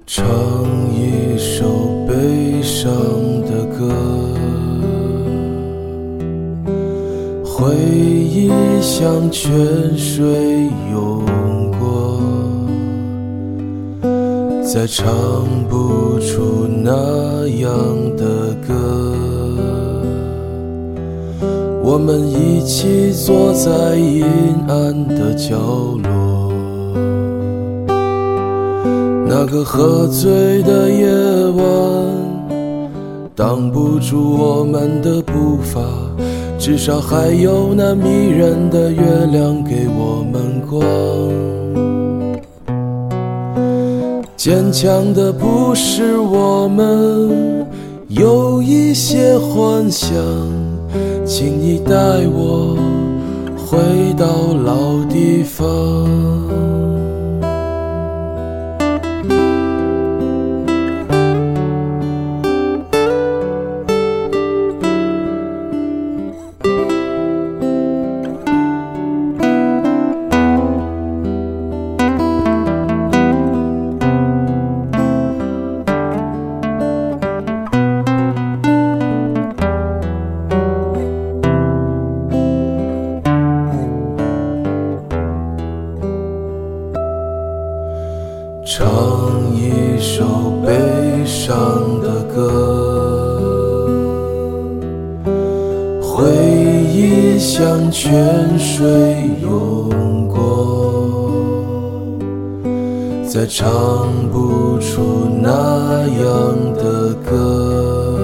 唱一首悲伤的歌，回忆像泉水涌过，再唱不出那样的歌。我们一起坐在阴暗的角落，那个喝醉的夜晚挡不住我们的步伐，至少还有那迷人的月亮给我们光。坚强的不是我们，有一些幻想，请你带我回到老地方。唱一首悲伤的歌，回忆像泉水涌过，再唱不出那样的歌。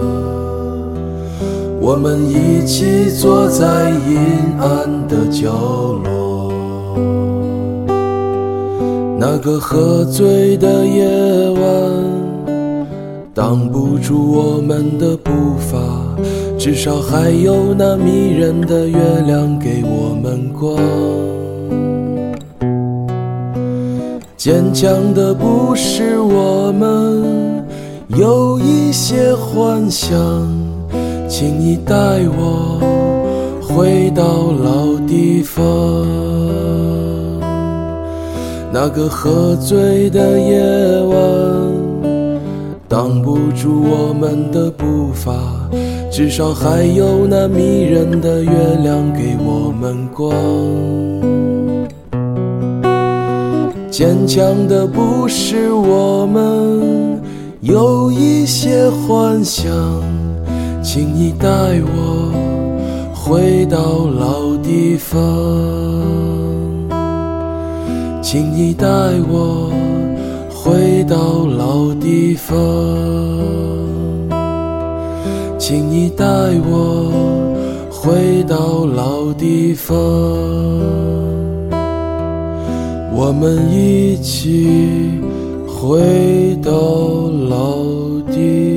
我们一起坐在阴暗的角落，那个喝醉的夜晚挡不住我们的步伐，至少还有那迷人的月亮给我们光。坚强的不是我们，有一些幻想，请你带我回到老地方。那个喝醉的夜晚挡不住我们的步伐，至少还有那迷人的月亮给我们光。坚强的不是我们，有一些幻想，请你带我回到老地方。请你带我回到老地方，请你带我回到老地方，我们一起回到老地方。